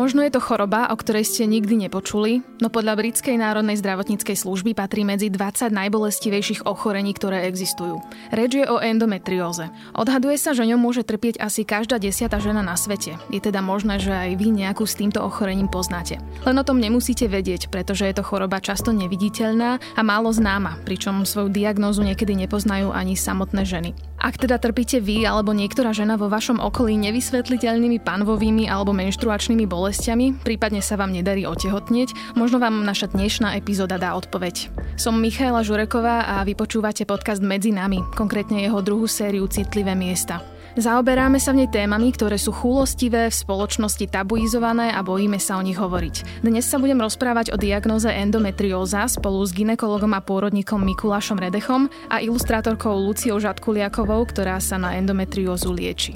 Možno je to choroba, o ktorej ste nikdy nepočuli, no podľa Britskej národnej zdravotníckej služby patrí medzi 20 najbolestivejších ochorení, ktoré existujú. Reč je o endometrióze. Odhaduje sa, že ňou môže trpieť asi každá 10. žena na svete. Je teda možné, že aj vy nejakú s týmto ochorením poznáte. Len o tom nemusíte vedieť, pretože je to choroba často neviditeľná a málo známa, pričom svoju diagnózu niekedy nepoznajú ani samotné ženy. Ak teda trpíte vy alebo niektorá žena vo vašom okolí nevysvetliteľnými panvovými alebo menštruačnými bolestiami, prípadne sa vám nedarí otehotnieť, možno vám naša dnešná epizóda dá odpoveď. Som Michaela Žureková a vy počúvate podcast Medzi nami, konkrétne jeho druhú sériu Citlivé miesta. Zaoberáme sa v nej témami, ktoré sú chúlostivé, v spoločnosti tabuizované a bojíme sa o nich hovoriť. Dnes sa budem rozprávať o diagnóze endometrióza spolu s gynekologom a pôrodníkom Mikulášom Redechom a ilustrátorkou Luciou Žatkuliakovou, ktorá sa na endometriózu lieči.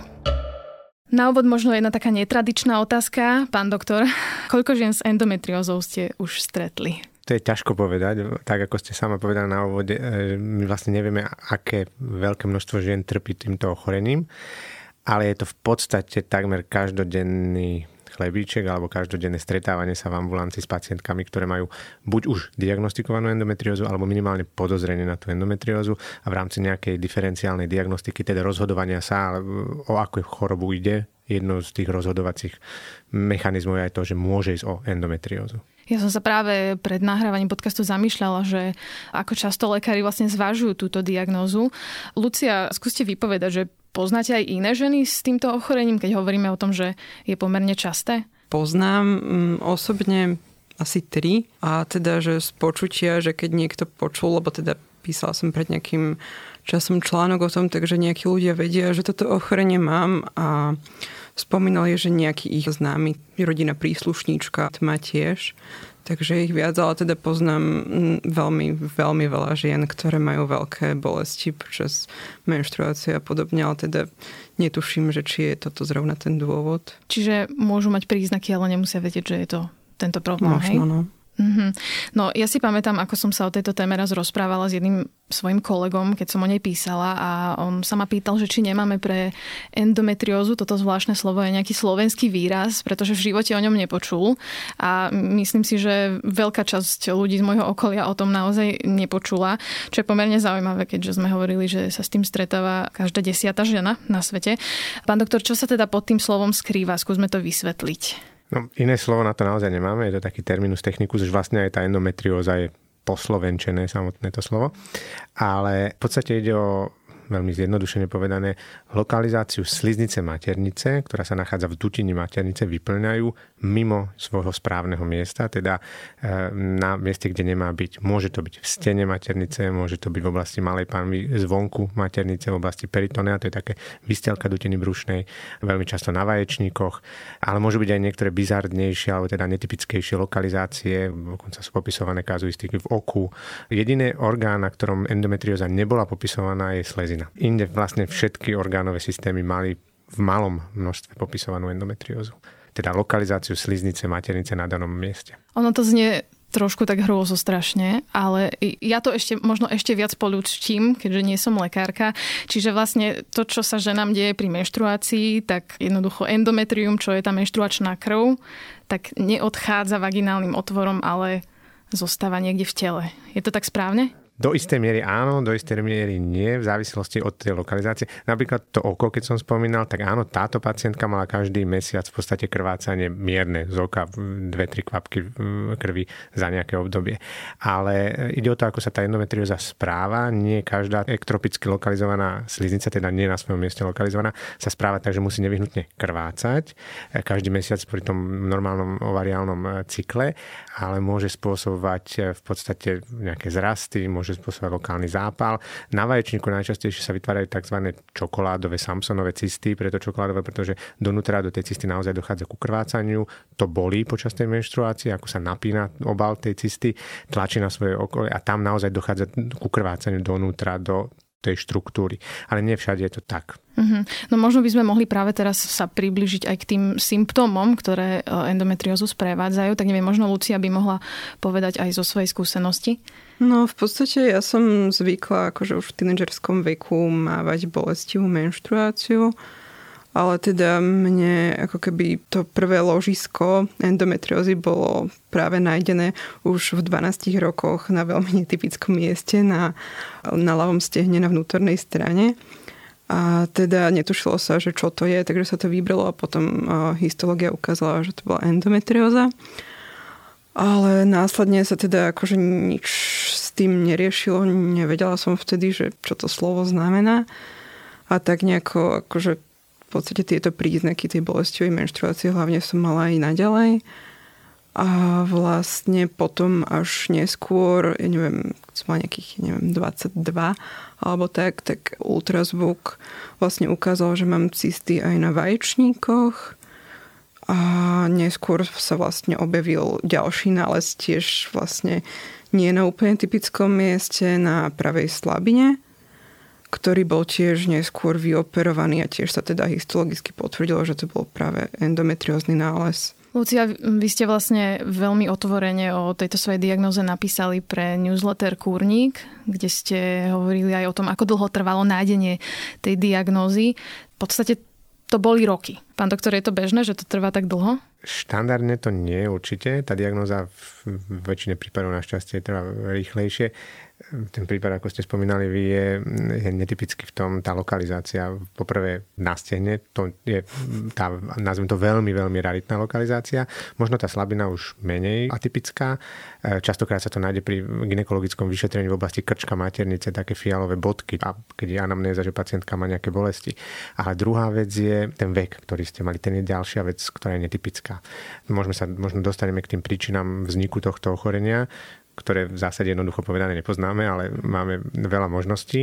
Na úvod možno jedna taká netradičná otázka. Pán doktor, koľko žien s endometriózou ste už stretli? To je ťažko povedať, tak ako ste sama povedali na úvode, my vlastne nevieme, aké veľké množstvo žien trpí týmto ochorením, ale je to v podstate takmer každodenný chlebíček alebo každodenné stretávanie sa v ambulancii s pacientkami, ktoré majú buď už diagnostikovanú endometriózu alebo minimálne podozrenie na tú endometriózu a v rámci nejakej diferenciálnej diagnostiky, teda rozhodovania sa, o akú chorobu ide. Jednou z tých rozhodovacích mechanizmov je aj to, že môže ísť o endometriózu. Ja som sa práve pred nahrávaním podcastu zamýšľala, že ako často lekári vlastne zvažujú túto diagnózu. Lucia, skúste vypovedať, že poznáte aj iné ženy s týmto ochorením, keď hovoríme o tom, že je pomerne časté? Poznám osobne asi 3 a teda, že z počutia, že keď niekto počul, lebo teda písala som pred nejakým časom článok o tom, takže nejakí ľudia vedia, že toto ochorenie mám a spomínali, že nejaký ich známy rodina príslušníčka má tiež, takže ich viac, ale teda poznám veľmi, veľmi veľa žien, ktoré majú veľké bolesti počas menštruácie a podobne, ale teda netuším, že či je toto zrovna ten dôvod. Čiže môžu mať príznaky, ale nemusia vedieť, že je to tento problém, možno, hej? No. No, ja si pamätám, ako som sa o tejto téme raz rozprávala s jedným svojim kolegom, keď som o nej písala a on sa ma pýtal, že či nemáme pre endometriózu, toto zvláštne slovo je nejaký slovenský výraz, pretože v živote o ňom nepočul a myslím si, že veľká časť ľudí z môjho okolia o tom naozaj nepočula, čo je pomerne zaujímavé, keďže sme hovorili, že sa s tým stretáva každá 10. žena na svete. Pán doktor, čo sa teda pod tým slovom skrýva? Skúsme to vysvetliť. No, iné slovo na to naozaj nemáme, je to taký terminus technicus, že vlastne aj tá endometrióza je poslovenčené samotné to slovo, ale v podstate ide o, veľmi zjednodušene povedané, lokalizáciu sliznice maternice, ktorá sa nachádza v dutini maternice, vyplňajú mimo svojho správneho miesta, teda na mieste, kde nemá byť. Môže to byť v stene maternice, môže to byť v oblasti malej pánvy zvonku maternice, v oblasti peritonea, to je také vystelka dutiny brušnej, veľmi často na vaječníkoch, ale môžu byť aj niektoré bizardnejšie alebo teda netypickejšie lokalizácie, dokonca sú popisované kazuistiky v oku. Jediný orgán, na ktorom endometrióza nebola popisovaná, je slezina. Inde vlastne všetky orgánové systémy mali v malom množstve popisovanú endometriózu. Teda lokalizáciu sliznice maternice na danom mieste. Ono to znie trošku tak hrôzo strašne, ale ja to možno ešte viac poľudštím, keďže nie som lekárka. Čiže vlastne to, čo sa ženám deje pri menštruácii, tak jednoducho endometrium, čo je tá menštruačná krv, tak neodchádza vaginálnym otvorom, ale zostáva niekde v tele. Je to tak správne? Do istej miery áno, do istej miery nie, v závislosti od tej lokalizácie. Napríklad to oko, keď som spomínal, tak áno, táto pacientka mala každý mesiac v podstate krvácanie mierne z oka, 2-3 kvapky krvi za nejaké obdobie. Ale ide o to, ako sa tá endometrióza správa. Nie každá ektropicky lokalizovaná sliznica, teda nie na svojom mieste lokalizovaná, sa správa tak, že musí nevyhnutne krvácať každý mesiac pri tom normálnom ovariálnom cykle, ale môže spôsobovať v podstate nejaké zrasty, môže spôsobovať lokálny zápal. Na vaječníku najčastejšie sa vytvárajú tzv. Čokoládové Samsonové cysty, preto čokoládové, pretože donútra do tej cysty naozaj dochádza ku krvácaniu. To bolí počas tej menštruácie, ako sa napína obal tej cysty, tlačí na svoje okolie a tam naozaj dochádza ku krvácaniu donútra do tej štruktúry. Ale nie všade je to tak. No možno by sme mohli práve teraz sa približiť aj k tým symptómom, ktoré endometriózu sprevádzajú. Tak neviem, možno Lucia by mohla povedať aj zo svojej skúsenosti. No v podstate ja som zvykla akože už v tínedžerskom veku mávať bolestivú menštruáciu. ale teda mne ako keby to prvé ložisko endometriózy bolo práve nájdené už v 12 rokoch na veľmi netypickom mieste na ľavom stehne na vnútornej strane. A teda netušilo sa, že čo to je, takže sa to vybralo a potom histológia ukázala, že to bola endometrióza. Ale následne sa teda akože nič s tým neriešilo. Nevedela som vtedy, že čo to slovo znamená. A tak nejako akože v podstate tieto príznaky tej bolestivej menštruácie hlavne som mala aj naďalej. A vlastne potom až neskôr, ja neviem, som mala nejakých 22 alebo tak ultrazvuk vlastne ukázal, že mám cysty aj na vaječníkoch. A neskôr sa vlastne objavil ďalší nález tiež vlastne nie na úplne typickom mieste na pravej slabine, ktorý bol tiež neskôr vyoperovaný a tiež sa teda histologicky potvrdilo, že to bol práve endometriózny nález. Lucia, vy ste vlastne veľmi otvorene o tejto svojej diagnóze napísali pre newsletter Kúrnik, kde ste hovorili aj o tom, ako dlho trvalo nájdenie tej diagnózy. V podstate to boli roky. Pán doktor, je to bežné, že to trvá tak dlho? Štandardne to nie je určite. Tá diagnóza v väčšine prípadov našťastie trvá rýchlejšie. Ten prípad, ako ste spomínali vy, je netypický v tom tá lokalizácia. Poprvé na stehne, to je tá, nazvem to veľmi, veľmi raritná lokalizácia. Možno tá slabina už menej atypická. Častokrát sa to nájde pri gynekologickom vyšetrení v oblasti krčka maternice, také fialové bodky, a keď je anamnéza, že pacientka má nejaké bolesti. Ale druhá vec je ten vek, ktorý ste mali. Ten je ďalšia vec, ktorá je netypická. Možno dostaneme k tým príčinám vzniku tohto ochorenia, ktoré v zásade jednoducho povedané nepoznáme, ale máme veľa možností.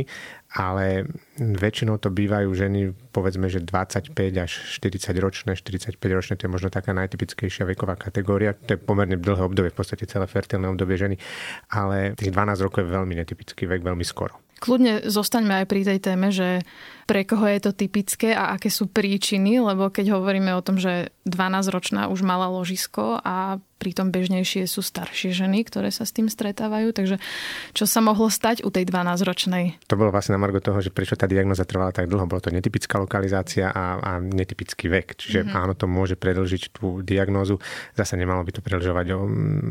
Ale väčšinou to bývajú ženy, povedzme, že 25 až 40 ročné, 45 ročné, to je možno taká najtypickejšia veková kategória. To je pomerne dlhé obdobie, v podstate celé fertilné obdobie ženy, ale tých 12 rokov je veľmi netypický vek, veľmi skoro. Kľudne zostaňme aj pri tej téme, že pre koho je to typické a aké sú príčiny, lebo keď hovoríme o tom, že 12-ročná už mala ložisko a pritom bežnejšie sú staršie ženy, ktoré sa s tým stretávajú, takže čo sa mohlo stať u tej 12-ročnej? To bolo vlastne na margo toho, že prečo tá diagnóza trvala tak dlho. Bolo to netypická lokalizácia a netypický vek. Čiže áno, to môže predĺžiť tú diagnózu. Zase nemalo by to predĺžovať o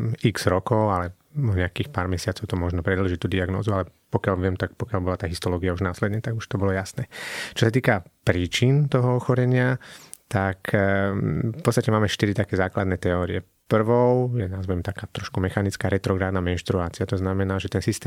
x rokov, ale nejakých pár mesiacov to možno predĺžiť tú diagnózu, ale pokiaľ viem, tak pokiaľ bola tá histológia už následne, tak už to bolo jasné. Čo sa týka príčin toho ochorenia, tak v podstate máme 4 také základné teórie. Prvou je, nazvem, taká trošku mechanická retrográdna menštruácia. To znamená, že ten systém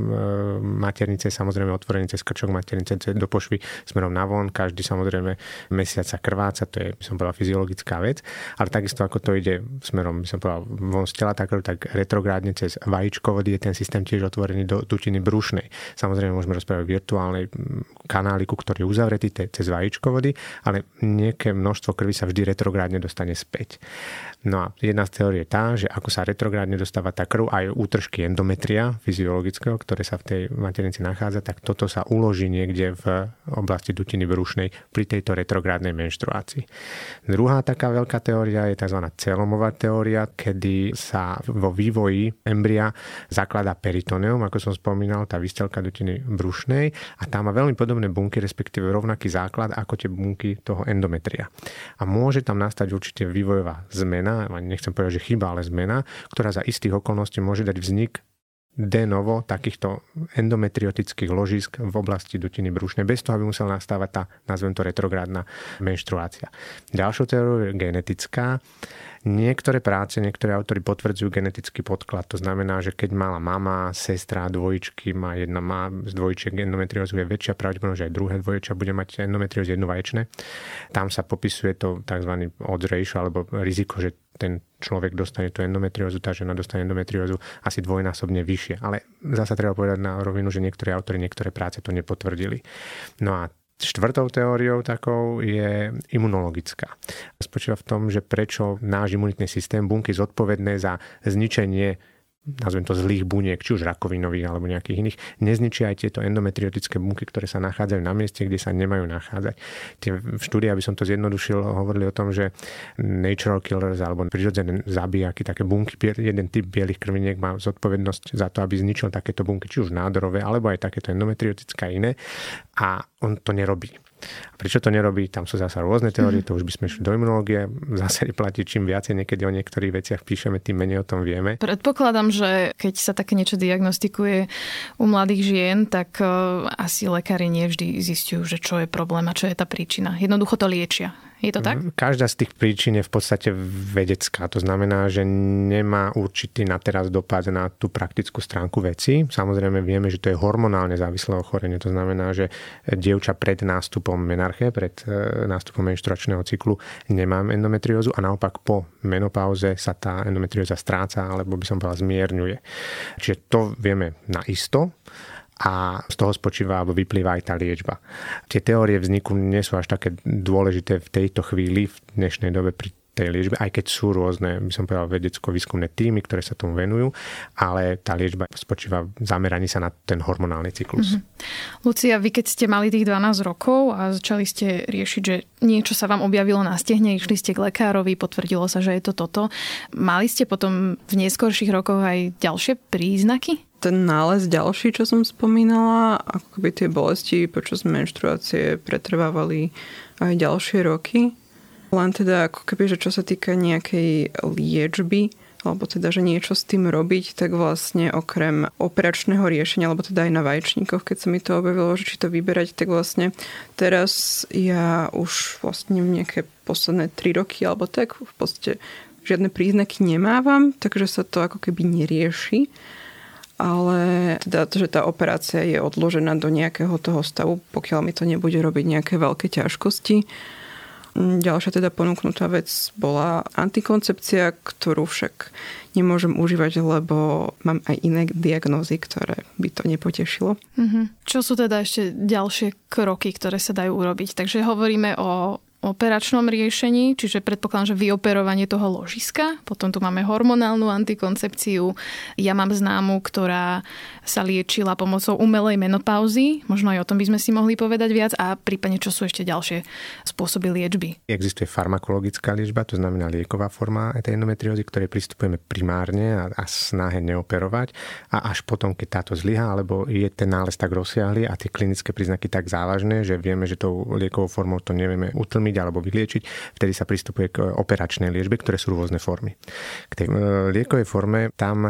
maternice je samozrejme otvorený cez krčok maternice do pošvy smerom navon. Každý samozrejme mesiac sa krváca, to je, by som povedal, fyziologická vec. Ale takisto ako to ide smerom, by som povedal, von z tela, tak retrográdne cez vajíčkovody je ten systém tiež otvorený do dutiny brušnej. Samozrejme môžeme rozprávať o virtuálnej kanáliku, ktorý je uzavretý cez vajíčkovody, ale nejaké množstvo krvi sa vždy retrográdne dostane späť. No a jedna z teórie je tá, že ako sa retrográdne dostáva tá krv aj útržky endometria fyziologického, ktoré sa v tej maternici nachádza, tak toto sa uloží niekde v oblasti dutiny brušnej pri tejto retrográdnej menštruácii. Druhá taká veľká teória je tzv. Celomová teória, kedy sa vo vývoji embria zakladá peritoneum, ako som spomínal, tá výstelka dutiny brušnej, a tá má veľmi podobné bunky, respektíve rovnaký základ ako tie bunky toho endometria. A môže tam nastať určite vývojová zmena, nechcem povedať, že chyba, ale zmena, ktorá za istých okolností môže dať vznik de novo takýchto endometriotických ložisk v oblasti dutiny brušnej, bez toho, aby musela nastávať tá, nazvem to, retrográdna menštruácia. Ďalšou teóriou je genetická. Niektoré práce, niektorí autori potvrdzujú genetický podklad. To znamená, že keď mala mama, sestra, dvojičky, má jedna má z dvojčiek endometriózu, je väčšia pravdepodobnosť, že aj druhé dvojča bude mať endometriózu jednovaječné. Tam sa popisuje to tzv. Odds ratio, alebo riziko, že ten človek dostane tú endometriózu, tá žena dostane endometriózu asi dvojnásobne vyššie. Ale zasa treba povedať na rovinu, že niektorí autori niektoré práce to nepotvrdili. No a štvrtou teóriou takou je imunologická. Spočíva v tom, že prečo náš imunitný systém, bunky zodpovedné za zničenie, nazvem to, zlých buniek, či už rakovinových alebo nejakých iných, nezničia aj tieto endometriotické bunky, ktoré sa nachádzajú na mieste, kde sa nemajú nachádzať. Tie štúdie, aby som to zjednodušil, hovorili o tom, že natural killers alebo prirodzené zabíjaky, také bunky, jeden typ bielých krviniek má zodpovednosť za to, aby zničil takéto bunky, či už nádorové, alebo aj takéto endometriotické a iné. A on to nerobí. A prečo to nerobí? Tam sú zasa rôzne teórie, to už by sme šli do imunológie. Zase platí, čím viacej niekedy o niektorých veciach píšeme, tým menej o tom vieme. Predpokladám, že keď sa také niečo diagnostikuje u mladých žien, tak asi lekári nevždy zistujú, že čo je problém a čo je tá príčina. Jednoducho to liečia. Je to tak? Každá z tých príčin je v podstate vedecká. To znamená, že nemá určitý na teraz dopad na tú praktickú stránku veci. Samozrejme vieme, že to je hormonálne závislé ochorenie. To znamená, že dievča pred nástupom menarche, pred nástupom menštruačného cyklu nemá endometriózu a naopak po menopauze sa tá endometrióza stráca, alebo by som povedal zmierňuje. Čiže to vieme naisto. A z toho spočíva alebo vyplýva aj tá liečba. Tie teórie vzniku nie sú až také dôležité v tejto chvíli, v dnešnej dobe pri tej liečbe, aj keď sú rôzne, by som povedal, vedecko-výskumné týmy, ktoré sa tomu venujú, ale tá liečba spočíva v zameraní sa na ten hormonálny cyklus. Lucia, vy keď ste mali tých 12 rokov a začali ste riešiť, že niečo sa vám objavilo na stehne, išli ste k lekárovi, potvrdilo sa, že je to toto. Mali ste potom v neskorších rokoch aj ďalšie príznaky? Ten nález ďalší, čo som spomínala, akoby tie bolesti počas menštruácie pretrvávali aj ďalšie roky. Len teda ako keby, že čo sa týka nejakej liečby, alebo teda, že niečo s tým robiť, tak vlastne okrem operačného riešenia, alebo teda aj na vaječníkoch, keď sa mi to objavilo, že či to vyberať, tak vlastne teraz ja už vlastne nejaké posledné 3 roky, alebo tak v podstate žiadne príznaky nemávam, takže sa to ako keby nerieši. Ale teda, že tá operácia je odložená do nejakého toho stavu, pokiaľ mi to nebude robiť nejaké veľké ťažkosti. Ďalšia teda ponúknutá vec bola antikoncepcia, ktorú však nemôžem užívať, lebo mám aj iné diagnózy, ktoré by to nepotešilo. Čo sú teda ešte ďalšie kroky, ktoré sa dajú urobiť? Takže hovoríme o operačnom riešení, čiže predpokladám, že vyoperovanie toho ložiska. Potom tu máme hormonálnu antikoncepciu. Ja mám známu, ktorá sa liečila pomocou umelej menopauzy. Možno aj o tom by sme si mohli povedať viac a prípadne, čo sú ešte ďalšie spôsoby liečby. Existuje farmakologická liečba, to znamená lieková forma tej endometriózy, ktorej pristupujeme primárne a snahe neoperovať. A až potom, keď táto zlyhá, alebo je ten nález tak rozsiahly a tie klinické príznaky tak závažné, že vieme, že tou liekovou formou to nevieme utlmiť alebo vyliečiť, vtedy sa pristupuje k operačnej liečbe, ktoré sú rôzne formy. K tej liekovej forme tam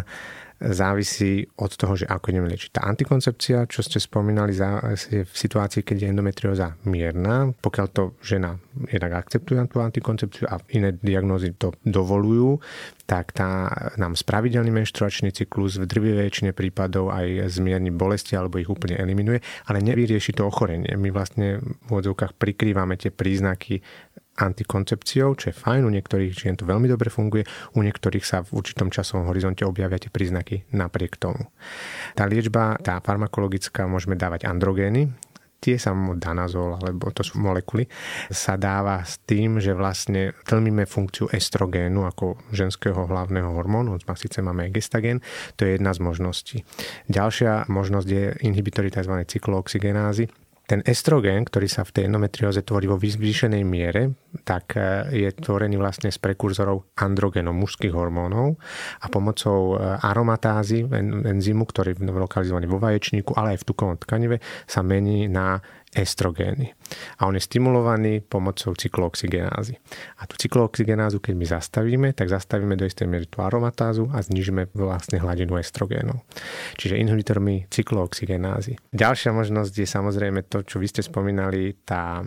závisí od toho, že ako ideme liečiť. Tá antikoncepcia, čo ste spomínali, je v situácii, keď je endometrióza mierna, pokiaľ to žena jednak akceptuje tú antikoncepciu a iné diagnózy to dovolujú, tak tá nám spravidelný menštruačný cyklus v drvivej väčšine prípadov aj zmierni bolesti alebo ich úplne eliminuje, ale nevyrieši to ochorenie. My vlastne v odzvukách prikrývame tie príznaky antikoncepciou, čo je fajn, u niektorých žien to veľmi dobre funguje, u niektorých sa v určitom časovom horizonte objavia tie príznaky napriek tomu. Tá liečba, tá farmakologická, môžeme dávať androgény, tie sa danazol, alebo to sú molekuly, sa dáva s tým, že vlastne tlmíme funkciu estrogénu ako ženského hlavného hormónu, síce máme aj gestagén, to je jedna z možností. Ďalšia možnosť je inhibitory tzv. Cyklooxygenázy. Ten estrogén, ktorý sa v tej endometrióze tvorí vo zvýšenej miere, tak je tvorený vlastne z prekurzorov androgénov, mužských hormónov a pomocou aromatázy, enzymu, ktorý je lokalizovaný vo vaječníku, ale aj v tukovom tkanive, sa mení na estrogény. A on je stimulovaný pomocou cyklooxygenázy. A tú cyklooxygenázu, keď my zastavíme, tak zastavíme do istej miery tú aromatázu a znižíme vlastne hladinu estrogénov. Čiže inhibitormi cyklooxygenázy. Ďalšia možnosť je samozrejme to, čo vy ste spomínali, tá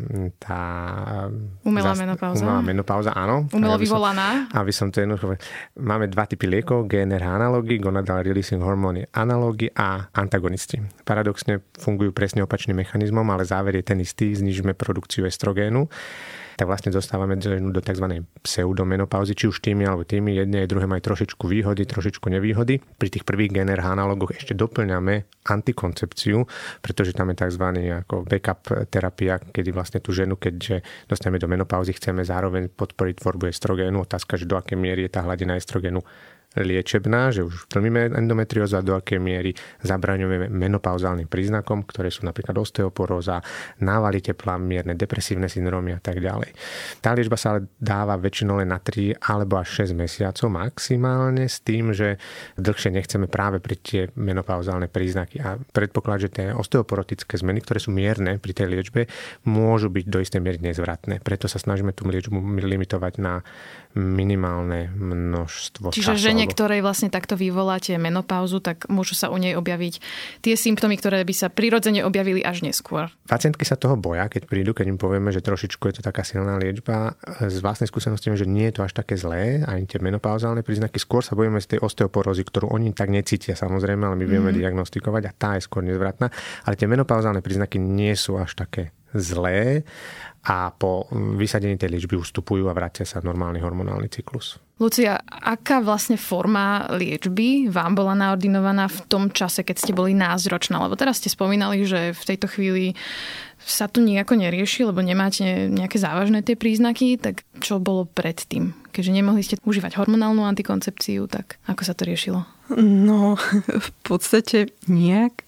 umelá menopauza, áno. Umelo vyvolaná. Aby som to jednoducho... Máme 2 typy liekov, GnRH analógy, gonadal releasing hormóny analógy a antagonisti. Paradoxne fungujú presne opačným mechanizmom, ale záver je ten istý, znižíme produkciu estrogénu, tak vlastne dostávame do tzv. Pseudomenopauzy, či už tými alebo tými, jedné aj druhé majú trošičku výhody, trošičku nevýhody. Pri tých prvých GnRH analogoch ešte doplňame antikoncepciu, pretože tam je tzv. Ako backup terapia, kedy vlastne tú ženu, keďže dostaneme do menopauzy, chceme zároveň podporiť tvorbu estrogénu. Otázka, že do akej miery je tá hladina estrogénu liečebná, že už plníme endometriózu a do akej miery zabraňujeme menopauzálnym príznakom, ktoré sú napríklad osteoporóza, návaly tepla, mierne depresívne syndrómy a tak ďalej. Tá liečba sa ale dáva väčšinou len na 3 alebo až 6 mesiacov maximálne, s tým, že dlhšie nechceme práve pri tie menopauzálne príznaky. A predpoklad, že tie osteoporotické zmeny, ktoré sú mierne pri tej liečbe, môžu byť do istej miery nezvratné. Preto sa snažíme tú liečbu limitovať na minimálne množstvo času. Čiže žene, ktorej vlastne takto vyvoláte menopauzu, tak môžu sa u nej objaviť tie symptómy, ktoré by sa prirodzene objavili až neskôr. Pacientky sa toho boja, keď prídu, keď im povieme, že trošičku je to taká silná liečba. Z vlastnej skúsenosti, že nie je to až také zlé, ani tie menopauzálne príznaky. Skôr sa bojíme z tej osteoporózy, ktorú oni tak necítia samozrejme, ale my vieme diagnostikovať a tá je skôr nezvratná. Ale tie menopauzálne príznaky nie sú až také zlé a po vysadení tej liečby ustupujú a vrátia sa normálny hormonálny cyklus. Lucia, aká vlastne forma liečby vám bola naordinovaná v tom čase, keď ste boli názročná? Lebo teraz ste spomínali, že v tejto chvíli sa to nejako nerieši, lebo nemáte nejaké závažné tie príznaky, tak čo bolo predtým? Keďže nemohli ste užívať hormonálnu antikoncepciu, tak ako sa to riešilo? No, v podstate nejak.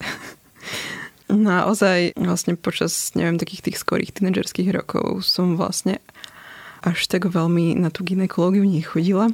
Naozaj vlastne počas, neviem, takých tých skorých tínedžerských rokov som vlastne až tak veľmi na tú gynekológiu nechodila.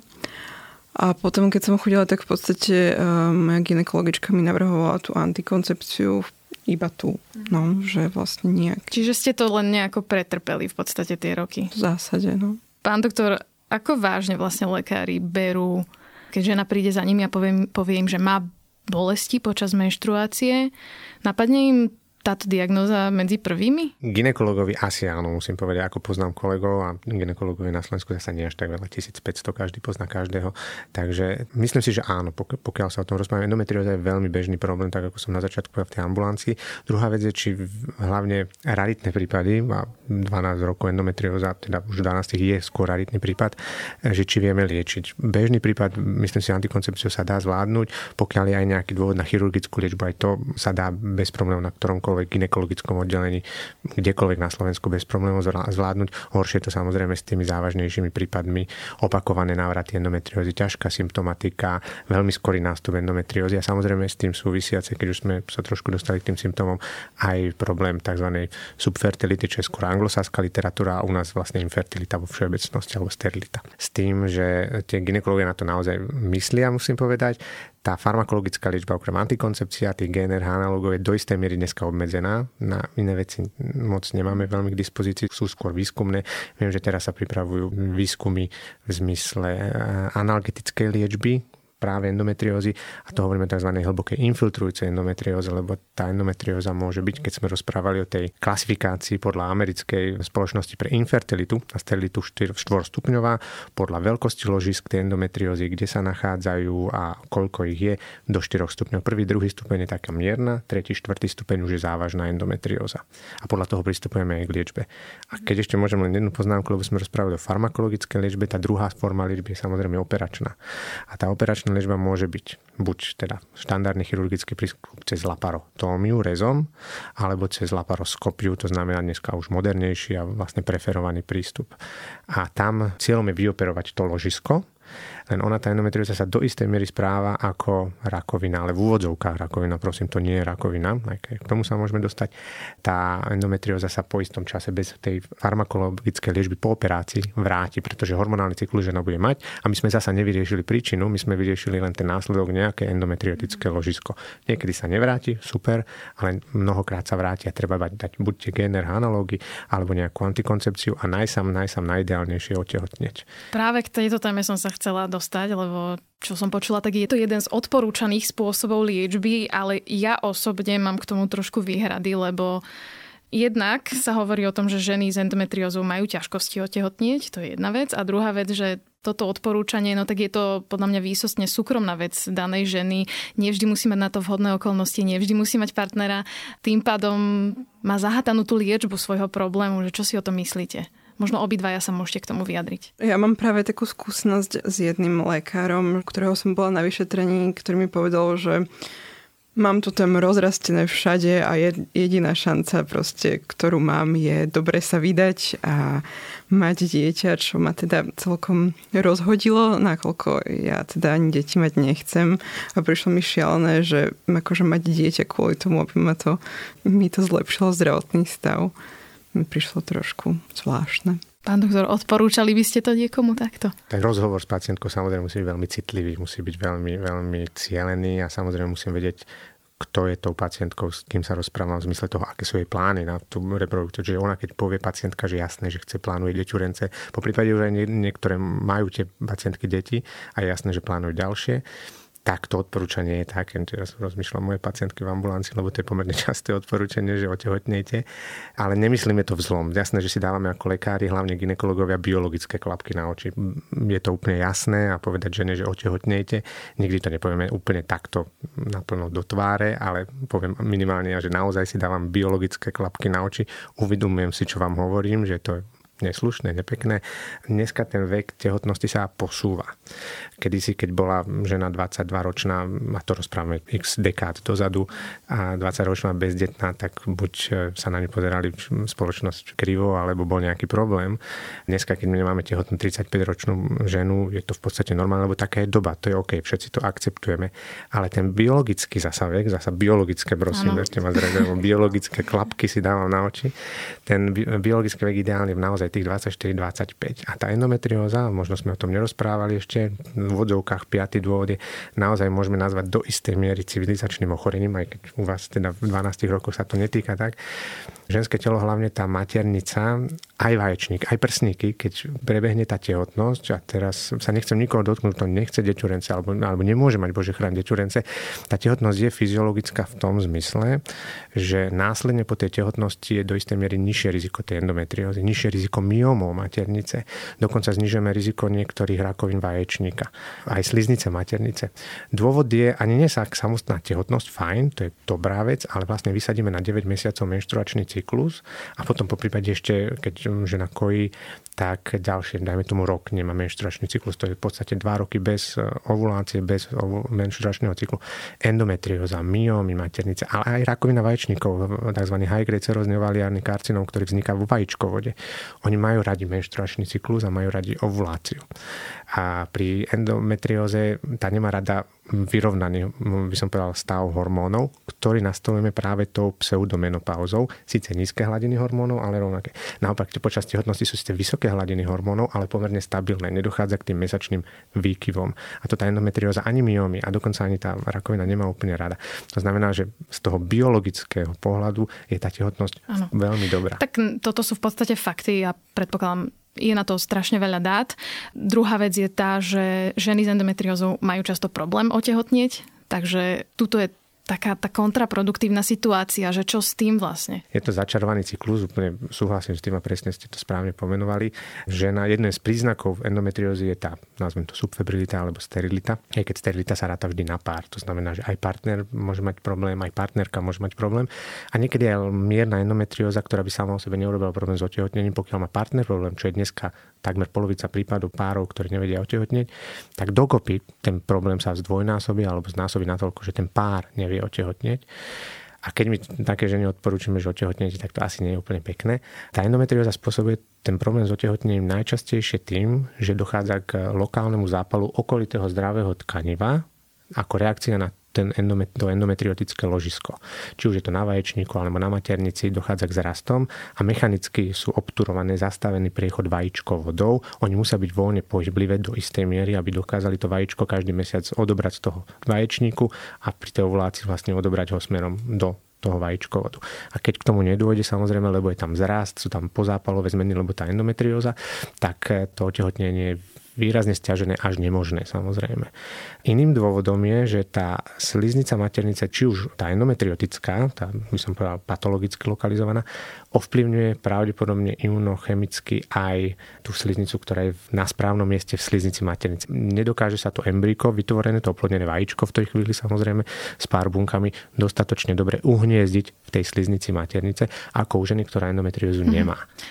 A potom, keď som chodila, tak v podstate moja gynekologička mi navrhovala tú antikoncepciu iba tu. No, že vlastne nejak. Čiže ste to len nejako pretrpeli v podstate tie roky? V zásade, no. Pán doktor, ako vážne vlastne lekári berú, keď žena príde za nimi a povie im, že má bolesti počas menštruácie, napadne im táto diagnóza medzi prvými? Gynekológovi asi áno, musím povedať, ako poznám kolegov a gynekológovi na Slovensku zase nie až tak veľa, 1500, každý pozná každého. Takže myslím si, že áno, pokiaľ sa o tom rozprávame, endometrióza je veľmi bežný problém, tak ako som na začiatku povedal v tej ambulancii. Druhá vec je, či hlavne raritné prípady, a 12 rokov endometrióza, teda už 12 je skôr raritný prípad, že či vieme liečiť. Bežný prípad, myslím si, antikoncepciu sa dá zvládnuť, pokiaľ je aj nejaký dôvod na chirurgickú liečbu, aj to sa dá bez problémov na ktoromkoľvek gynekologickom oddelení, kdekoľvek na Slovensku bez problémov zvládnuť. Horšie to samozrejme s tými závažnejšími prípadmi, opakované návraty endometriózy, ťažká symptomatika, veľmi skorý nástup endometriózy a samozrejme s tým súvisiace, keď už sme sa trošku dostali k tým symptómom, aj problém tzv. Subfertility, čo je skôr anglosaská literatúra a u nás vlastne infertilita vo všeobecnosti alebo sterilita. S tým, že tie gynekológovia na to naozaj myslia, musím povedať. Tá farmakologická liečba okrem antikoncepcia, tých GnRH analógov je do istej miery dneska obmedzená. Na iné veci moc nemáme veľmi k dispozícii, sú skôr výskumné. Viem, že teraz sa pripravujú výskumy v zmysle analgetickej liečby práve endometriózy a to hovoríme tzv. Hlbokej infiltrujúcej endometrióze, lebo tá endometrióza môže byť, keď sme rozprávali o tej klasifikácii podľa americkej spoločnosti pre infertilitu a sterilitu 4-stupňová, podľa veľkosti ložisk tej endometriózy, kde sa nachádzajú a koľko ich je, do 4 stupňov. Prvý, druhý stupeň je taká mierna, tretí, štvrtý stupeň už je závažná endometrióza. A podľa toho pristupujeme aj k liečbe. A keď ešte môžem len jednu poznámku, lebo sme rozprávali o farmakologickej liečbe, tá druhá forma liečby je samozrejme operačná. A tá operačná liečba môže byť buď teda štandardný chirurgický prístup cez laparotómiu, rezom, alebo cez laparoskopiu, to znamená dneska už modernejší a vlastne preferovaný prístup. A tam cieľom je vyoperovať to ložisko, len ona, tá endometrióza sa do istej miery správa ako rakovina, ale v úvodzovkách rakovina, prosím, to nie je rakovina, aj keď k tomu sa môžeme dostať. Tá endometrióza sa po istom čase bez tej farmakologickej liečby po operácii vráti, pretože hormonálny cyklus žena bude mať a my sme zasa nevyriešili príčinu, my sme vyriešili len ten následok, nejaké endometriotické ložisko. Niekedy sa nevráti, super, ale mnohokrát sa vráti a treba dať buď tie GnRH analógy alebo nejakú antikoncepciu a najideálnejšie otehotnieť. Práve k tejto téme som sa chcela dostať, lebo čo som počula, tak je to jeden z odporúčaných spôsobov liečby, ale ja osobne mám k tomu trošku výhrady, lebo jednak sa hovorí o tom, že ženy s endometriózou majú ťažkosti otehotnieť, to je jedna vec. A druhá vec, že toto odporúčanie, no tak je to podľa mňa výsostne súkromná vec danej ženy. Nevždy musí mať na to vhodné okolnosti, nevždy musí mať partnera. Tým pádom má zahatanú tú liečbu svojho problému, že čo si o tom myslíte? Možno obidvaja sa môžete k tomu vyjadriť. Ja mám práve takú skúsenosť s jedným lekárom, ktorého som bola na vyšetrení, ktorý mi povedal, že Mám to tam rozrastené všade a jediná šanca proste, ktorú mám, je dobre sa vydať a mať dieťa, čo ma teda celkom rozhodilo, nakoľko ja teda ani deti mať nechcem a prišlo mi šialené, že akože mať dieťa kvôli tomu, aby mi to zlepšilo zdravotný stav. Mi prišlo trošku zvláštne. Pán doktor, odporúčali by ste to niekomu takto? Tak rozhovor s pacientkou samozrejme musí byť veľmi citlivý, musí byť veľmi, veľmi cielený a samozrejme musím vedieť, kto je tou pacientkou, s kým sa rozprávam v zmysle toho, aké sú jej plány na tú reprodukciu. Čiže ona, keď povie pacientka, že jasné, že chce, plánuje deťurence, po prípade už aj niektoré majú tie pacientky deti a je jasné, že plánujú ďalšie, tak to odporúčanie je také. Teraz rozmýšľam moje pacientky v ambulancii, lebo to je pomerne časté odporúčanie, že otehotnejte. Ale nemyslíme to vzlom. Jasné, že si dávame ako lekári, hlavne gynekológovia, biologické klapky na oči. Je to úplne jasné a povedať žene, že otehotnejte. Nikdy to nepovieme úplne takto naplno do tváre, ale poviem minimálne, že naozaj si dávam biologické klapky na oči. Uvedomujem si, čo vám hovorím, že to je neslušné, nepekné. Dneska ten vek tehotnosti sa posúva. Kedysi, keď bola žena 22-ročná, a to rozprávame x dekád dozadu, a 20-ročná bezdetná, tak buď sa na ňu pozerali spoločnosť krivo, alebo bol nejaký problém. Dneska, keď my nemáme tehotnú 35-ročnú ženu, je to v podstate normálne, lebo taká je doba, to je OK, všetci to akceptujeme. Ale ten biologický zasa vek, biologické, prosím, biologické klapky si dávam na oči, ten biologický vek ideálne naozaj tých 24-25. A tá endometrióza, možno sme o tom nerozprávali ešte, v odzovkách 5. dôvod je, naozaj môžeme nazvať do istej miery civilizačným ochorením, aj keď u vás teda v 12 rokoch sa to netýka tak. Ženské telo, hlavne tá maternica, aj vaječník, aj prsníky, keď prebehne tá tehotnosť, a teraz sa nechcem nikoho dotknúť, to nechce deťurence, alebo nemôže mať, Bože chráň, deťurence, tá tehotnosť je fyziologická v tom zmysle, že následne po tej tehotnosti je do istej miery nižšie riziko tej endometriózy, nižšie riziko myomov maternice, dokonca znižujeme riziko niektorých rakovín vaječníka, aj sliznice maternice. Dôvod je, ani nie sa samotná tehotnosť, fajn, to je dobrá vec, ale vlastne vysadíme na 9 mesiacov menštruačný cyklus a potom po prípade ešte, keď žena kojí, tak ďalšie, dajme tomu rok, nemá menštruačný cyklus, to je v podstate 2 roky bez ovulácie, bez menštruačného cyklu. Endometrióza, myómy maternice, ale aj rakovina vaječníkov, tzv. High-grade serózny ovaliárny karcinóm, ktorý vzniká vo vajíčkovode. Oni majú radi menštruačný cyklus a majú radi ovuláciu. A pri endometrióze tá nemá rada vyrovnaný, by som povedal, stav hormónov, ktorý nastolujeme práve tou pseudomenopauzou. Síce nízke hladiny hormónov, ale rovnaké. Naopak, počas tehotnosti sú síce vysoké hladiny hormónov, ale pomerne stabilné. Nedochádza k tým mesačným výkyvom. A to tá endometrióza ani myómy a dokonca ani tá rakovina nemá úplne rada. To znamená, že z toho biologického pohľadu je tá tehotnosť veľmi dobrá. Tak toto sú v podstate fakty a predpokladám, je na to strašne veľa dát. Druhá vec je tá, že ženy s endometriózou majú často problém otehotnieť, takže tuto je taká tá kontraproduktívna situácia, že čo s tým vlastne? Je to začarovaný cyklus, úplne súhlasím s tým a presne ste to správne pomenovali. Žena, jeden z príznakov endometriózy je tá, nazvem to subfebrilita alebo sterilita. Aj keď sterilita sa ráta vždy na pár, to znamená, že aj partner môže mať problém, aj partnerka môže mať problém. A niekedy aj mierna endometrióza, ktorá by sama o sebe neurobila problém s otehotnením, pokiaľ má partner problém, čo je dneska takmer polovica prípadov párov, ktorí nevedia otehotneť, tak dokopy ten problém sa zdvojnásobí alebo znásobí natoľko, že ten pár nevie otehotneť. A keď my také ženy odporúčime, že otehotnete, tak to asi nie je úplne pekné. Tá endometrióza spôsobuje ten problém s otehotnením najčastejšie tým, že dochádza k lokálnemu zápalu okolitého zdravého tkaniva ako reakcia na to endometriotické ložisko. Či už je to na vaječníku alebo na maternici, dochádza k zrastom a mechanicky sú obturované, zastavený priechod vajíčkov vodou. Oni musia byť voľne pohyblivé do istej miery, aby dokázali to vajíčko každý mesiac odobrať z toho vaječníku a pri tej ovulácii vlastne odobrať ho smerom do toho vajíčkovodu. A keď k tomu nedôjde, samozrejme, lebo je tam zrast, sú tam pozápalové zmeny, lebo tá endometrióza, tak to otehotnenie je výrazne stiažené až nemožné, samozrejme. Iným dôvodom je, že tá sliznica maternice, či už tá endometriotická, tá by som povedal patologicky lokalizovaná, ovplyvňuje pravdepodobne imunochemicky aj tú sliznicu, ktorá je na správnom mieste v sliznici maternice. Nedokáže sa to embryko vytvorené, to oplodnené vajíčko v tej chvíli samozrejme s pár bunkami dostatočne dobre uhniezdiť v tej sliznici maternice, ako u ženy, ktorá endometriózu nemá.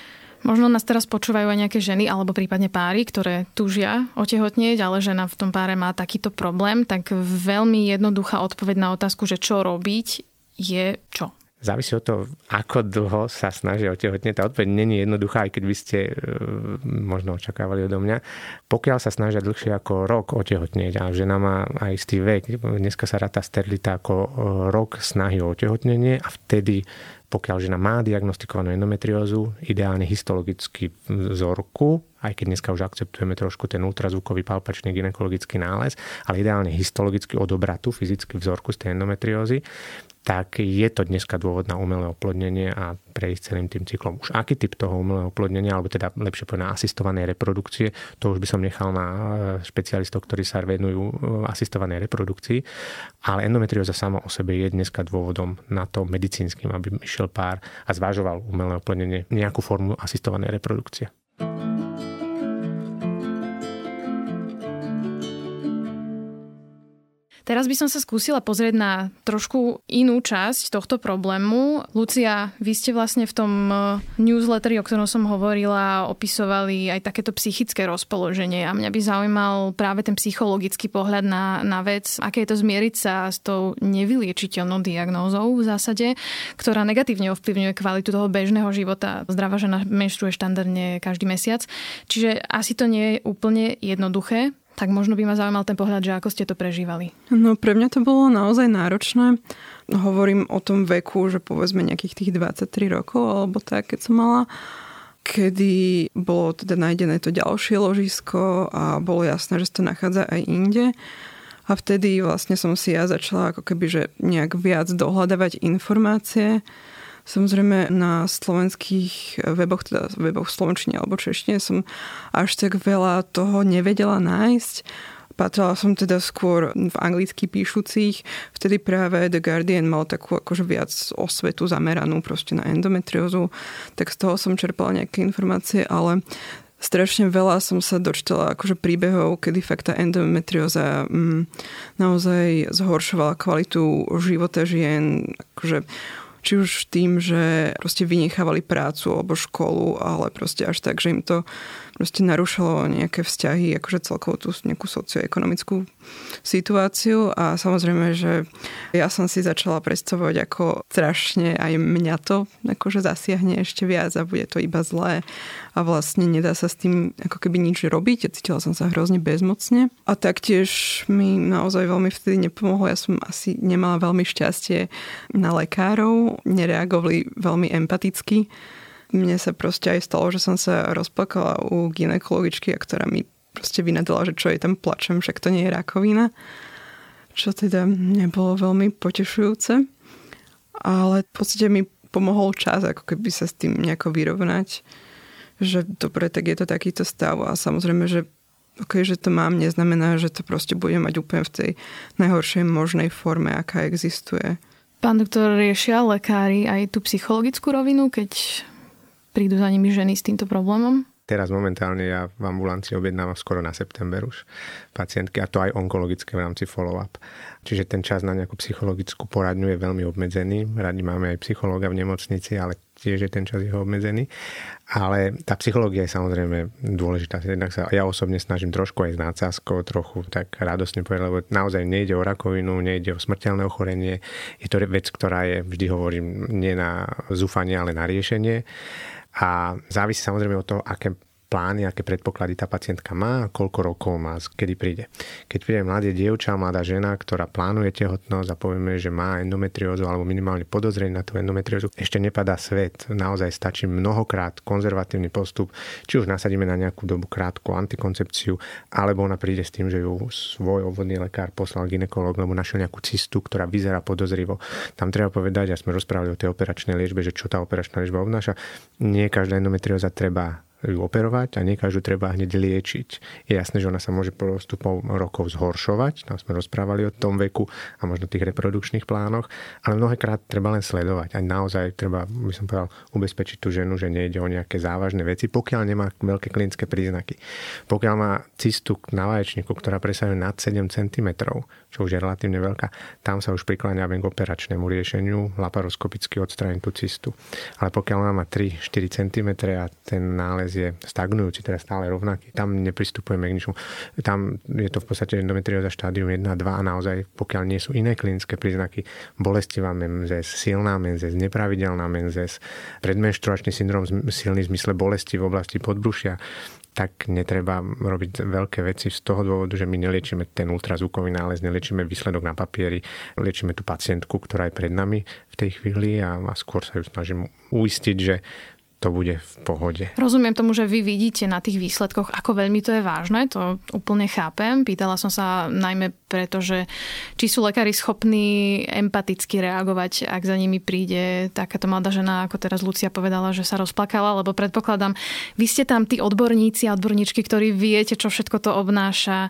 Možno nás teraz počúvajú aj nejaké ženy alebo prípadne páry, ktoré túžia otehotnieť, ale žena v tom páre má takýto problém, tak veľmi jednoduchá odpoveď na otázku, že čo robiť, je čo? Závisí od toho, ako dlho sa snažia otehotnieť. Tá odpoveď nie je jednoduchá, aj keď by ste možno očakávali odo mňa. Pokiaľ sa snažia dlhšie ako rok otehotnieť a žena má aj istý vek, dneska sa ráta sterilita ako rok snahy o otehotnenie a vtedy, pokiaľ žena má diagnostikovanú endometriózu, ideálne histologický vzorku, aj keď dneska už akceptujeme trošku ten ultrazvukový palpačný gynekologický nález, ale ideálne histologicky od obratu, fyzicky vzorku z tej endometriózy, tak je to dneska dôvod na umelé oplodnenie a prejsť celým tým cyklom. Už aký typ toho umelého oplodnenia, alebo teda lepšie povedané asistovanej reprodukcie, to už by som nechal na špecialistov, ktorí sa venujú asistovanej reprodukcii, ale endometrióza sama o sebe je dneska dôvodom na to medicínskym, aby išiel pár a zvažoval umelé oplodnenie, nejakú formu asistovanej reprodukcie. Teraz by som sa skúsila pozrieť na trošku inú časť tohto problému. Lucia, vy ste vlastne v tom newsletteri, o ktorom som hovorila, opisovali aj takéto psychické rozpoloženie a mňa by zaujímal práve ten psychologický pohľad na vec, aké je to zmieriť sa s tou nevyliečiteľnou diagnózou v zásade, ktorá negatívne ovplyvňuje kvalitu toho bežného života. Zdravá žena menštruuje štandardne každý mesiac, čiže asi to nie je úplne jednoduché. Tak možno by ma zaujímal ten pohľad, že ako ste to prežívali. No pre mňa to bolo naozaj náročné. Hovorím o tom veku, že povedzme nejakých tých 23 rokov, alebo tak, keď som mala, kedy bolo teda nájdené to ďalšie ložisko a bolo jasné, že sa to nachádza aj inde. A vtedy vlastne som si ja začala ako keby, že nejak viac dohľadávať informácie. Samozrejme na slovenských weboch, teda weboch v slovenčine alebo češtine som až tak veľa toho nevedela nájsť. Patrala som teda skôr v anglicky píšucich. Vtedy práve The Guardian mal takú akože viac osvetu zameranú proste na endometriózu. Tak z toho som čerpala nejaké informácie, ale strašne veľa som sa dočítala akože príbehov, kedy fakt tá endometrióza naozaj zhoršovala kvalitu života žien, akože či už tým, že proste vynechávali prácu alebo školu, ale proste až tak, že im to proste narušalo nejaké vzťahy, akože celkovo tú nejakú socioekonomickú situáciu a samozrejme, že ja som si začala predstavovať, ako strašne aj mňa to akože zasiahne ešte viac a bude to iba zlé a vlastne nedá sa s tým ako keby nič robiť. Cítila som sa hrozne bezmocne a taktiež mi naozaj veľmi vtedy nepomohlo. Ja som asi nemala veľmi šťastie na lekárov, nereagovali veľmi empaticky. Mne sa proste aj stalo, že som sa rozplakala u gynekologičky, ktorá mi proste vynadala, že čo je tam plačem, však to nie je rakovina. Čo teda nebolo veľmi potešujúce. Ale v podstate mi pomohol čas, ako keby sa s tým nejako vyrovnať. Že dobre, tak je to takýto stav. A samozrejme, že že to mám, neznamená, že to proste budem mať úplne v tej najhoršej možnej forme, aká existuje. Pán doktor, riešia lekári aj tú psychologickú rovinu, keď prídu za nimi ženy s týmto problémom? Teraz momentálne ja v ambulancii objednávam skoro na september už pacientky a to aj onkologické v rámci follow-up. Čiže ten čas na nejakú psychologickú poradňu je veľmi obmedzený. Radi máme aj psychológa v nemocnici, ale tiež je ten čas jeho obmedzený. Ale tá psychológia je samozrejme dôležitá. Jednak sa ja osobne snažím trošku aj s nadsázkou, trochu tak radosne povedať, lebo naozaj nejde o rakovinu, nejde o smrteľné ochorenie. Je to vec, ktorá je, vždy hovorím, nie na zúfanie, ale na riešenie. A závisí samozrejme od toho, aké plány, aké predpoklady tá pacientka má a koľko rokov má, kedy príde. Keď príde mladé dievča, mladá žena, ktorá plánuje tehotnosť a povieme, že má endometriózu alebo minimálne podozrenie na tú endometriózu, ešte nepadá svet. Naozaj stačí mnohokrát konzervatívny postup, či už nasadíme na nejakú dobu krátku antikoncepciu, alebo ona príde s tým, že ju svoj obvodný lekár poslal gynekológ, lebo našiel nejakú cystu, ktorá vyzerá podozrivo. Tam treba povedať, a sme rozprávali o tej operačnej liečbe, že čo tá operačná liečba obnáša. Nie každá endometrióza treba ju operovať a nie každú treba hneď liečiť. Je jasné, že ona sa môže postupom rokov zhoršovať, tam sme rozprávali o tom veku a možno tých reprodukčných plánoch, ale mnohékrát treba len sledovať a naozaj treba, by som povedal, ubezpečiť tú ženu, že nejde o nejaké závažné veci, pokiaľ nemá veľké klinické príznaky. Pokiaľ má cystu na vaječníku, ktorá presahuje nad 7 cm, čo už je relatívne veľká, tam sa už prikláňame k operačnému riešeniu, laparoskopicky odstrániť tú cystu. Ale pokiaľ ona má 3-4 cm a ten nález je stagnujúci, teda stále rovnaký, tam nepristupujeme k ničomu. Tam je to v podstate endometrióza štádium 1 a 2 a naozaj, pokiaľ nie sú iné klinické príznaky, bolestivá menzes, silná menzes, nepravidelná menzes, predmenštruačný syndrom silný v zmysle bolesti v oblasti podbrušia, tak netreba robiť veľké veci z toho dôvodu, že my neliečíme ten ultrazvukový nález, neliečíme výsledok na papieri, liečíme tú pacientku, ktorá je pred nami v tej chvíli a skôr sa ju snažím uistiť, že to bude v pohode. Rozumiem tomu, že vy vidíte na tých výsledkoch, ako veľmi to je vážne, to úplne chápem. Pýtala som sa najmä preto, že či sú lekári schopní empaticky reagovať, ak za nimi príde takáto mladá žena, ako teraz Lucia povedala, že sa rozplakala, lebo predpokladám, vy ste tam tí odborníci a odborníčky, ktorí viete, čo všetko to obnáša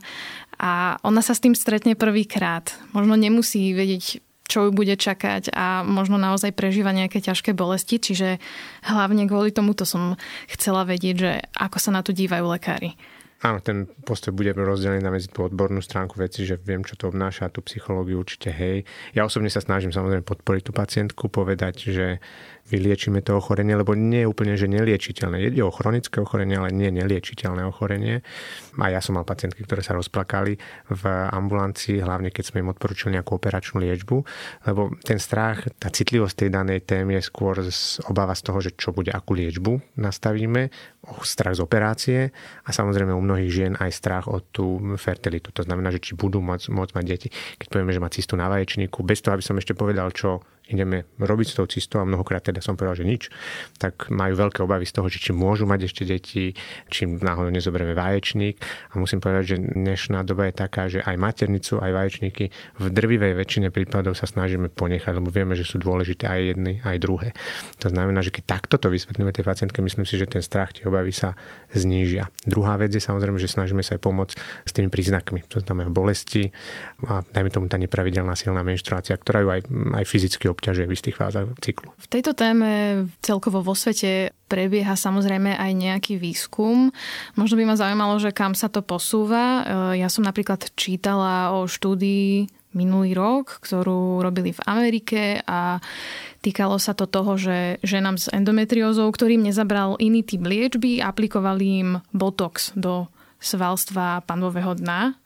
a ona sa s tým stretne prvýkrát. Možno nemusí vedieť, čo ju bude čakať a možno naozaj prežíva nejaké ťažké bolesti. Čiže hlavne kvôli tomuto som chcela vedieť, že ako sa na to dívajú lekári. Áno, ten postoj bude rozdelený na medzi tú odbornú stránku veci, že viem, čo to obnáša, tú psychológiu určite, hej. Ja osobne sa snažím samozrejme podporiť tú pacientku, povedať, že vyliečíme to ochorenie, lebo nie je úplne, že neliečiteľné. Je o chronické ochorenie, ale nie neliečiteľné ochorenie. A ja som mal pacientky, ktoré sa rozplakali v ambulancii, hlavne keď sme im odporúčili nejakú operačnú liečbu, lebo ten strach, tá citlivosť tej danej témy je skôr obava z toho, že čo bude, akú liečbu nastavíme, strach z operácie a samozrejme u mnohých žien aj strach o tú fertilitu. To znamená, že či budú môcť mať deti. Keď povieme, že má cystu na vaječníku, bez toho, aby som ešte povedal, čo ideme robiť s tou cystou a mnohokrát teda som povedal, že nič, tak majú veľké obavy z toho, že či môžu mať ešte deti, či náhodou nezoberieme vaječník. A musím povedať, že dnešná doba je taká, že aj maternicu, aj vaječníky v drvivej väčšine prípadov sa snažíme ponechať, lebo vieme, že sú dôležité aj jedny, aj druhé. To znamená, že keď takto to vysvetlíme tej pacientke, myslím si, že ten strach, tie obavy sa znížia. Druhá vec je samozrejme, že snažíme sa aj pomôcť s tými príznakmi. To znamená bolesti a dajme tomu tá nepravidelná silná menštruácia, ktorá ju aj fyzicky obťažuje v istých fázach cyklu. V tejto téme celkovo vo svete prebieha samozrejme aj nejaký výskum. Možno by ma zaujímalo, že kam sa to posúva. Ja som napríklad čítala o štúdii minulý rok, ktorú robili v Amerike a týkalo sa to toho, že ženám s endometriózou, ktorým nezabral iný typ liečby, aplikovali im botox do svalstva panvového dna.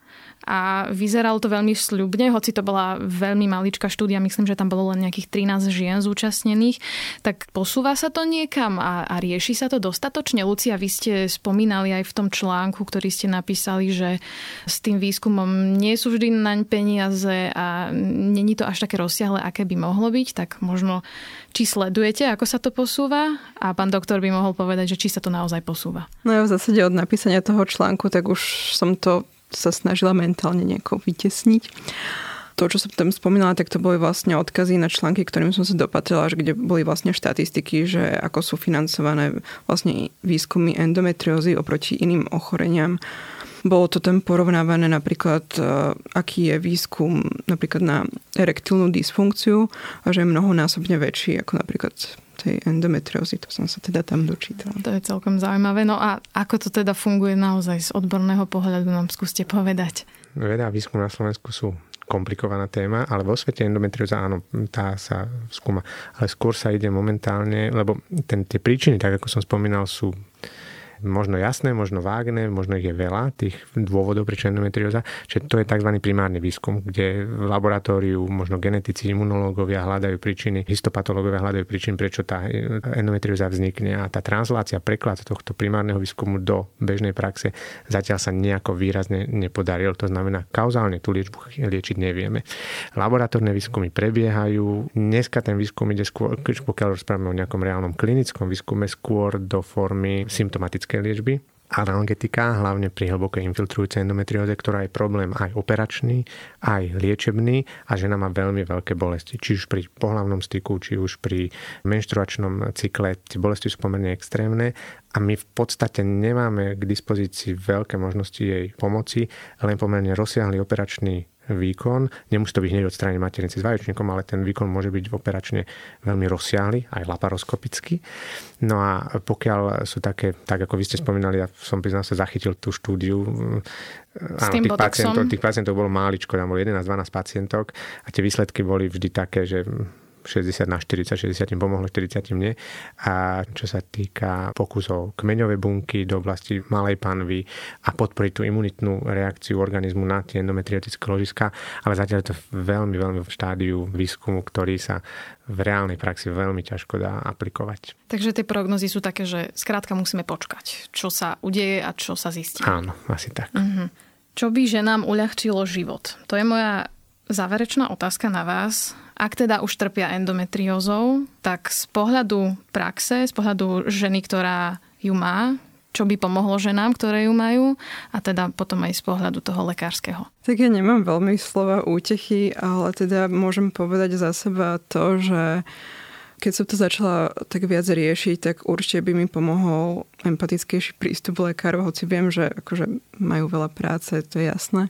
A vyzeralo to veľmi sľubne, hoci to bola veľmi maličká štúdia, myslím, že tam bolo len nejakých 13 žien zúčastnených, tak posúva sa to niekam a rieši sa to dostatočne? Lucia, vy ste spomínali aj v tom článku, ktorý ste napísali, že s tým výskumom nie sú vždy naň peniaze a není to až také rozsiahle, aké by mohlo byť, tak možno či sledujete, ako sa to posúva a pán doktor by mohol povedať, že či sa to naozaj posúva. No ja v zásade od napísania toho článku, tak už som to sa snažila mentálne nejako vytesniť. To, čo som tam spomínala, tak to boli vlastne odkazy na články, ktorým som sa dopatrila, kde boli vlastne štatistiky, že ako sú financované vlastne výskumy endometriózy oproti iným ochoreniam. Bolo to tam porovnávané napríklad, aký je výskum napríklad na erektilnú dysfunkciu a že je mnohonásobne väčší ako napríklad tej endometriózy. To som sa teda tam dočítala. To je celkom zaujímavé. No a ako to teda funguje naozaj z odborného pohľadu, nám skúste povedať. Veda a výskum na Slovensku sú komplikovaná téma, ale vo svete endometrióza, áno, tá sa skúma. Ale skôr sa ide momentálne, lebo tie príčiny, tak ako som spomínal, sú možno jasné, možno vágne, možno ich je veľa, tých dôvodov, prečo endometrióza. Čiže to je tzv. Primárny výskum, kde v laboratóriu možno genetici, imunológovia hľadajú príčiny, histopatológovia hľadajú príčiny, prečo tá endometrióza vznikne a tá translácia, preklad tohto primárneho výskumu do bežnej praxe zatiaľ sa nejako výrazne nepodaril. To znamená, kauzálne tú liečbu liečiť nevieme. Laboratórne výskumy prebiehajú. Dneska ten výskum ide skôr, pokiaľ rozprávame o nejakom reálnom klinickom výskume, skôr do formy symptomatickej liečby. analgetika, hlavne pri hlbokej infiltrujúcej endometrióze, ktorá je problém aj operačný, aj liečebný a žena má veľmi veľké bolesti. Či už pri pohlavnom styku, či už pri menštruačnom cykle. Tie bolesti sú pomerne extrémne a my v podstate nemáme k dispozícii veľké možnosti jej pomoci, len pomerne rozsiahly operačný výkon. Nemusí to byť hneď odstrániť maternici s vaječníkom, ale ten výkon môže byť operačne veľmi rozsiahly, aj laparoskopicky. No a pokiaľ sú také, tak ako vy ste spomínali, ja som priznal sa zachytil tú štúdiu, tých pacientov bolo máličko, tam bolo 11-12 pacientok a tie výsledky boli vždy také, že 60 na 40, 60 pomohlo, 40 nie. A čo sa týka pokusov kmeňové bunky do oblasti malej panvy a podporiť tú imunitnú reakciu organizmu na tie endometriotické ložiská, ale zatiaľ je to veľmi, veľmi v štádiu výskumu, ktorý sa v reálnej praxi veľmi ťažko dá aplikovať. Takže tie prognozy sú také, že skrátka musíme počkať, čo sa udeje a čo sa zistí. Áno, asi tak. Čo by ženám uľahčilo život? To je moja záverečná otázka na vás. Ak teda už trpia endometriózou, tak z pohľadu praxe, z pohľadu ženy, ktorá ju má, čo by pomohlo ženám, ktoré ju majú a teda potom aj z pohľadu toho lekárskeho? Tak ja nemám veľmi slova útechy, ale teda môžem povedať za seba to, že keď som to začala tak viac riešiť, tak určite by mi pomohol empatickejší prístup lekárov, hoci viem, že akože majú veľa práce, to je jasné.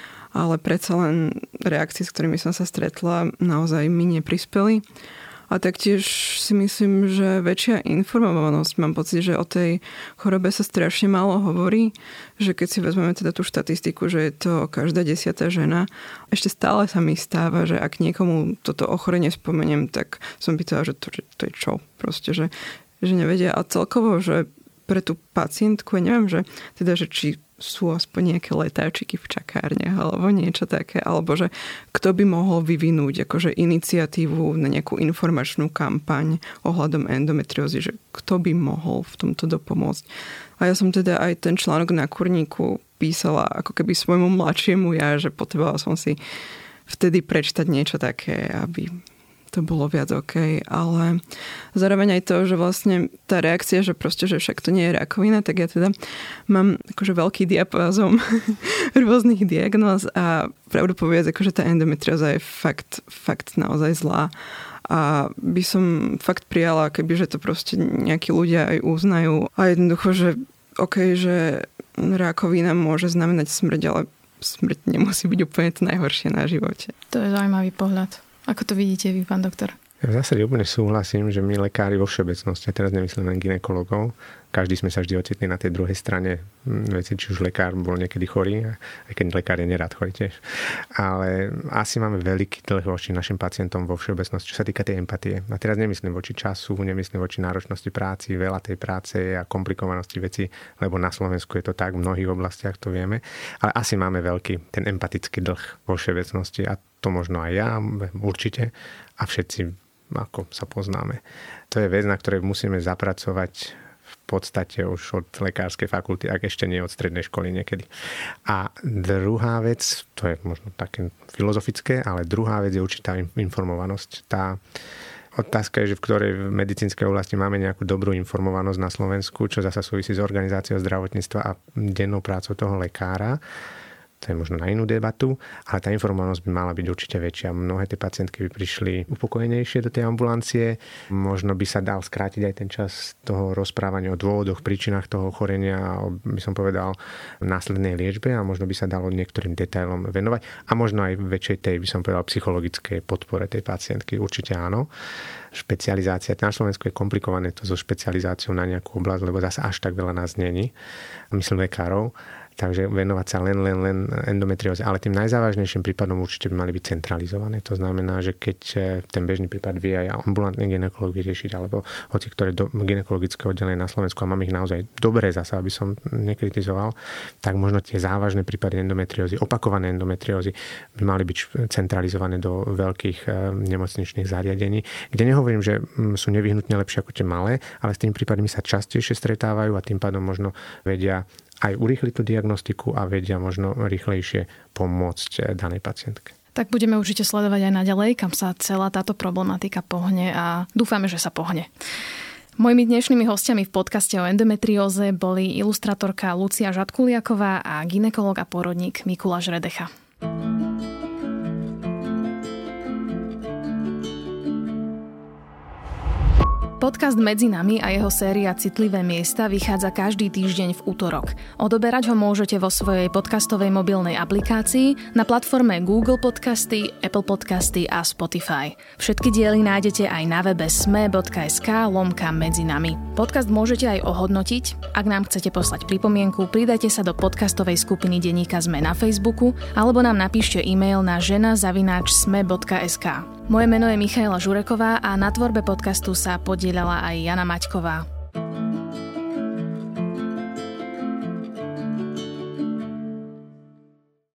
Ale predsa len reakcie, s ktorými som sa stretla, naozaj mi neprispeli. A taktiež si myslím, že väčšia informovanosť. Mám pocit, že o tej chorobe sa strašne málo hovorí, že keď si vezmeme teda tú štatistiku, že je to každá 10. žena, ešte stále sa mi stáva, že ak niekomu toto ochorenie spomeniem, tak som pýtala, že to je čo? Proste, že nevedia. A celkovo, že pre tú pacientku, ja neviem, že či sú aspoň nejaké letáčiky v čakárniach alebo niečo také, alebo že kto by mohol vyvinúť akože iniciatívu na nejakú informačnú kampaň ohľadom endometriózy, že kto by mohol v tomto dopomôcť. A ja som teda aj ten článok na kurníku písala ako keby svojmu mladšiemu ja, že potrebovala som si vtedy prečítať niečo také, aby to bolo viac OK, ale zároveň aj to, že vlastne tá reakcia, že proste, že však to nie je rakovina, tak ja teda mám akože veľký diapázon rôznych diagnóz a pravdu povedať, akože tá endometrióza je fakt naozaj zlá a by som fakt prijala, kebyže to proste nejakí ľudia aj uznajú a jednoducho, že OK, že rakovina môže znamenať smrť, ale smrť nemusí byť úplne to najhoršie na živote. To je zaujímavý pohľad. Ako to vidíte vy, pán doktor? Ja v zásade úplne súhlasím, že my lekári vo všeobecnosti, a teraz nemyslím len gynekologov, každý sme sa vždy ocitli na tej druhej strane veci, či už lekár bol niekedy chorý, aj keď lekár je nerád chorý tiež. Ale asi máme veľký dlh voči našim pacientom vo všeobecnosti, čo sa týka tej empatie. A teraz nemyslím voči času, nemyslím voči náročnosti práci, veľa tej práce a komplikovanosti veci, lebo na Slovensku je to tak, v mnohých oblastiach to vieme. Ale asi máme veľký ten empatický dlh vo všeobecnosti a to možno aj ja, určite, a všetci, ako sa poznáme. To je vec, na ktorej musíme zapracovať v podstate už od lekárskej fakulty, ak ešte nie od strednej školy niekedy. A druhá vec, to je možno také filozofické, ale druhá vec je určitá informovanosť. Tá otázka je, že v ktorej medicínskej oblasti máme nejakú dobrú informovanosť na Slovensku, čo zasa súvisí s organizáciou zdravotníctva a dennou prácou toho lekára. To je možno na inú debatu, ale tá informovanosť by mala byť určite väčšia. Mnohé tie pacientky by prišli upokojenejšie do tej ambulancie. Možno by sa dal skrátiť aj ten čas toho rozprávania o dôvodoch, príčinách toho ochorenia, by som povedal, následnej liečbe a možno by sa dalo niektorým detailom venovať a možno aj väčšej tej, by som povedal, psychologickej podpore tej pacientky. Určite áno. Špecializácia. Na Slovensku je komplikované to so špecializáciou na nejakú oblasť, lebo zase až tak veľa nás není. Myslím lekárov. Takže venovať sa len endometrióze. Ale tým najzávažnejším prípadom určite by mali byť centralizované. To znamená, že keď ten bežný prípad vie aj ambulantný gynekolog vyriešiť, alebo hoci ktoré gynekologické oddelenie na Slovensku, a mám ich naozaj dobré zasa, aby som nekritizoval, tak možno tie závažné prípady endometriózy, opakované endometriózy by mali byť centralizované do veľkých nemocničných zariadení, kde nehovorím, že sú nevyhnutne lepšie ako tie malé, ale s tým prípadmi sa častejšie stretávajú a tým pádom možno vedia aj urýchliť tú diagnostiku a vedia možno rýchlejšie pomôcť danej pacientke. Tak budeme určite sledovať aj naďalej, kam sa celá táto problematika pohne a dúfame, že sa pohne. Mojimi dnešnými hostiami v podcaste o endometrióze boli ilustratorka Lucia Žatkuliaková a gynekolog a pôrodník Mikuláš Redecha. Podcast Medzi nami a jeho séria Citlivé miesta vychádza každý týždeň v utorok. Odoberať ho môžete vo svojej podcastovej mobilnej aplikácii na platforme Google Podcasty, Apple Podcasty a Spotify. Všetky diely nájdete aj na webe sme.sk/medzi nami. Podcast môžete aj ohodnotiť. Ak nám chcete poslať pripomienku, pridajte sa do podcastovej skupiny denníka Sme na Facebooku alebo nám napíšte e-mail na žena@sme.sk. Moje meno je Michaela Žureková a na tvorbe podcastu sa podieľala aj Jana Maťková.